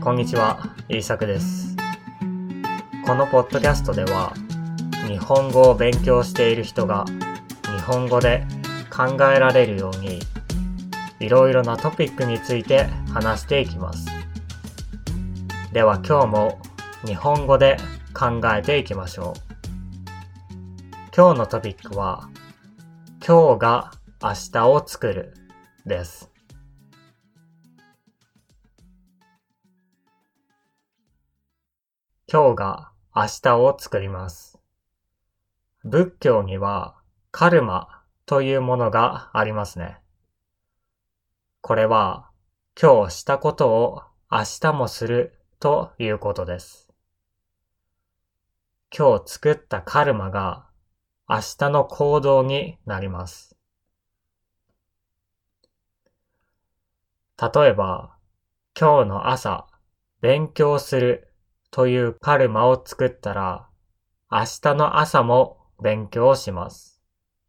こんにちは、イーサクです。このポッドキャストでは、日本語を勉強している人が日本語で考えられるように、いろいろなトピックについて話していきます。では今日も日本語で考えていきましょう。今日のトピックは、今日が明日を作るです。今日が明日を作ります。仏教にはカルマというものがありますね。これは今日したことを明日もするということです。今日作ったカルマが明日の行動になります。例えば、今日の朝勉強するというカルマを作ったら、明日の朝も勉強します。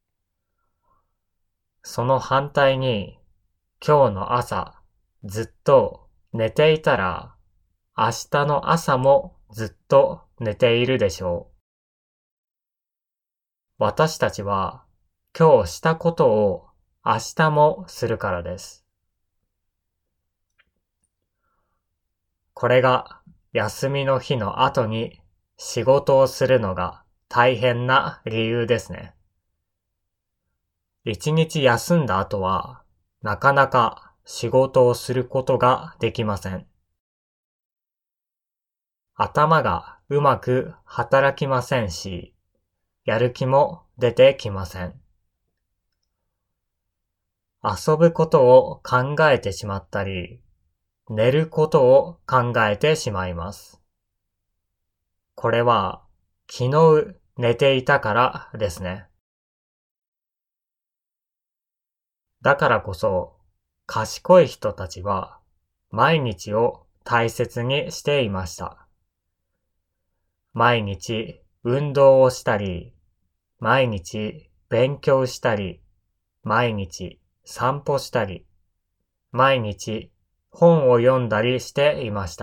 その反対に、今日の朝ずっと寝ていたら、明日の朝もずっと寝ているでしょう。私たちは今日したことを明日もするからです。これが休みの日の後に仕事をするのが大変な理由ですね。一日休んだ後はなかなか仕事をすることができません。頭がうまく働きませんし、やる気も出てきません。遊ぶことを考えてしまったり、寝ることを考えてしまいます。これは昨日寝ていたからですね。だからこそ賢い人たちは毎日を大切にしていました。毎日運動をしたり、毎日勉強したり、毎日散歩したり、毎日本を読んだりしていました。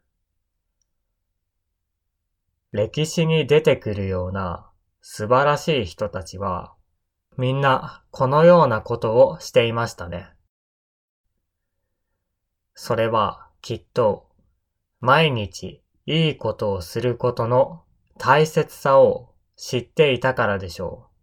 歴史に出てくるような素晴らしい人たちは、みんなこのようなことをしていましたね。それはきっと毎日いいことをすることの大切さを知っていたからでしょう。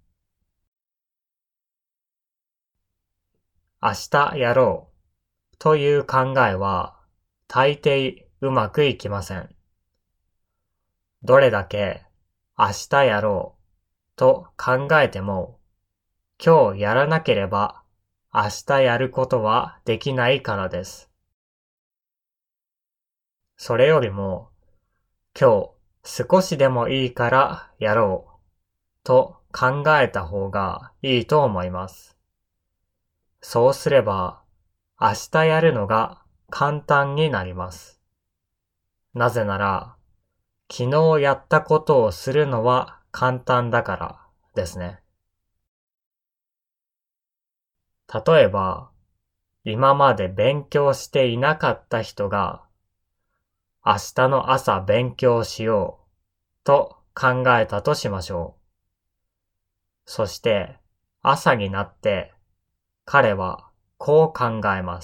明日やろうという考えは大抵うまくいきません。どれだけ明日やろうと考えても、今日やらなければ明日やることはできないからです。それよりも、今日少しでもいいからやろうと考えた方がいいと思います。そうすれば、明日やるのが簡単になります。なぜなら、昨日やったことをするのは簡単だからですね。例えば、今まで勉強していなかった人が、明日の朝勉強しようと考えたとしましょう。そして、朝になって彼はこう考えます。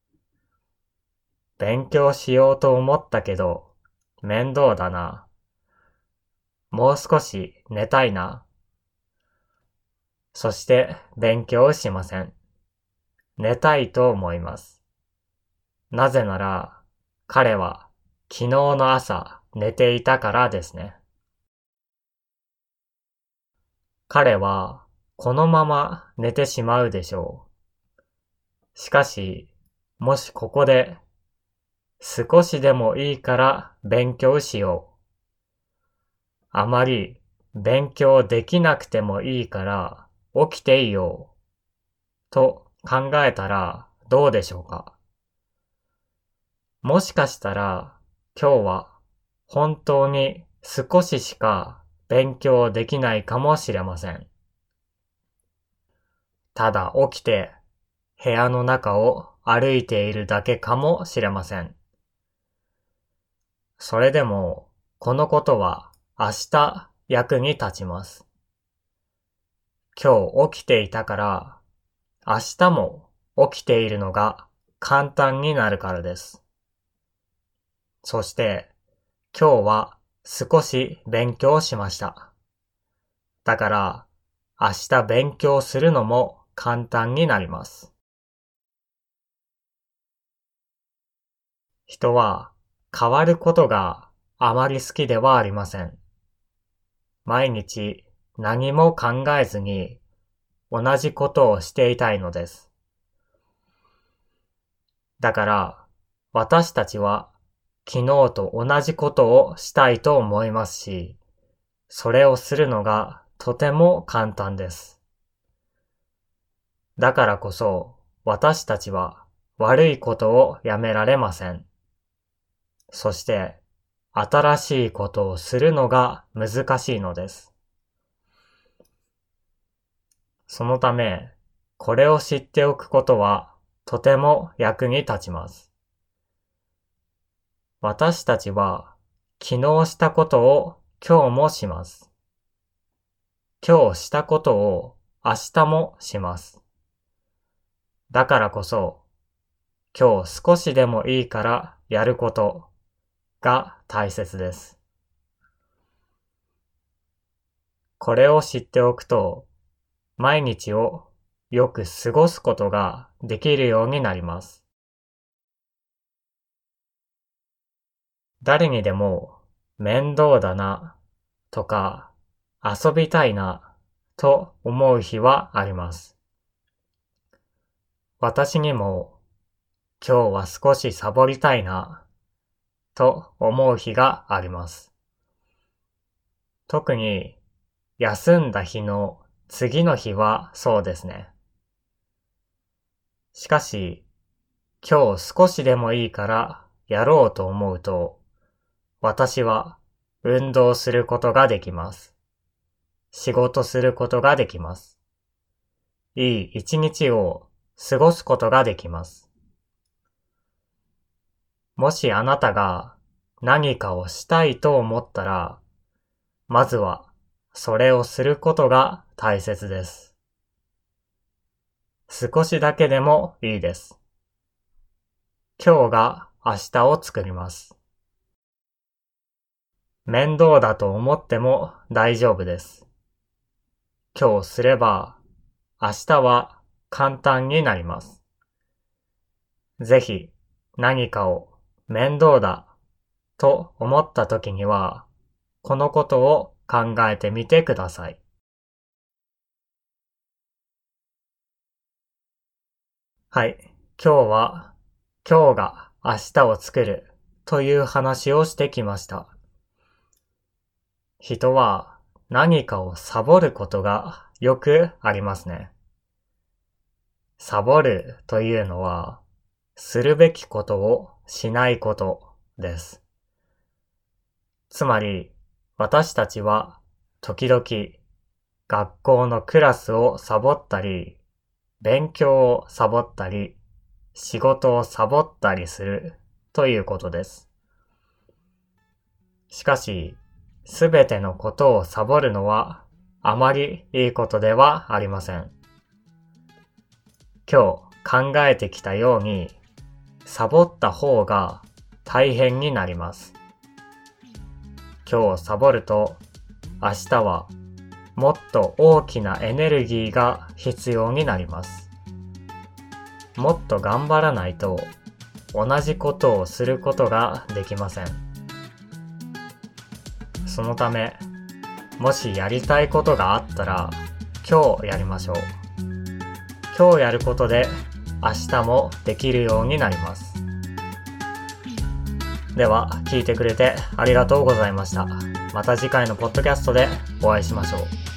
勉強しようと思ったけど、面倒だな。もう少し寝たいな。そして勉強しません。寝たいと思います。なぜなら、彼は昨日の朝寝ていたからですね。彼はこのまま寝てしまうでしょう。しかし、もしここで少しでもいいから勉強しよう。あまり勉強できなくてもいいから起きていようと考えたらどうでしょうか。もしかしたら今日は本当に少ししか勉強できないかもしれません。ただ起きて部屋の中を歩いているだけかもしれません。 それでも、このことは明日役に立ちます。今日起きていたから、明日も起きているのが簡単になるからです。そして、今日は少し勉強しました。だから、明日勉強するのも簡単になります。人は変わることがあまり好きではありません。毎日何も考えずに同じことをしていたいのです。だから私たちは昨日と同じことをしたいと思いますし、それをするのがとても簡単です。だからこそ私たちは悪いことをやめられません。そして新しいことをするのが難しいのです。そのため、これを知っておくことはとても役に立ちます。私たちは昨日したことを今日もします。今日したことを明日もします。だからこそ、今日少しでもいいからやることが大切です。これを知っておくと、毎日をよく過ごすことができるようになります。誰にでも面倒だなとか遊びたいなと思う日はあります。私にも今日は少しサボりたいなと思う日があります。特に休んだ日の次の日はそうですね。しかし、今日少しでもいいからやろうと思うと、私は運動することができます。仕事することができます。いい一日を過ごすことができます。もしあなたが何かをしたいと思ったら、まずはそれをすることが大切です。少しだけでもいいです。今日が明日を作ります。面倒だと思っても大丈夫です。今日すれば明日は簡単になります。ぜひ何かを面倒だと思った時には、このことを考えてみてください。はい。今日は今日が明日を作るという話をしてきました。人は何かをサボることがよくありますね。サボるというのは、するべきことをしないことです。つまり、私たちは時々学校のクラスをサボったり、勉強をサボったり、仕事をサボったりするということです。しかし、すべてのことをサボるのはあまりいいことではありません。今日考えてきたように、サボった方が大変になります。今日サボると、明日はもっと大きなエネルギーが必要になります。もっと頑張らないと同じことをすることができません。そのため、もしやりたいことがあったら今日やりましょう。今日やることで明日もできるようになります。では、聞いてくれてありがとうございました。また次回のポッドキャストでお会いしましょう。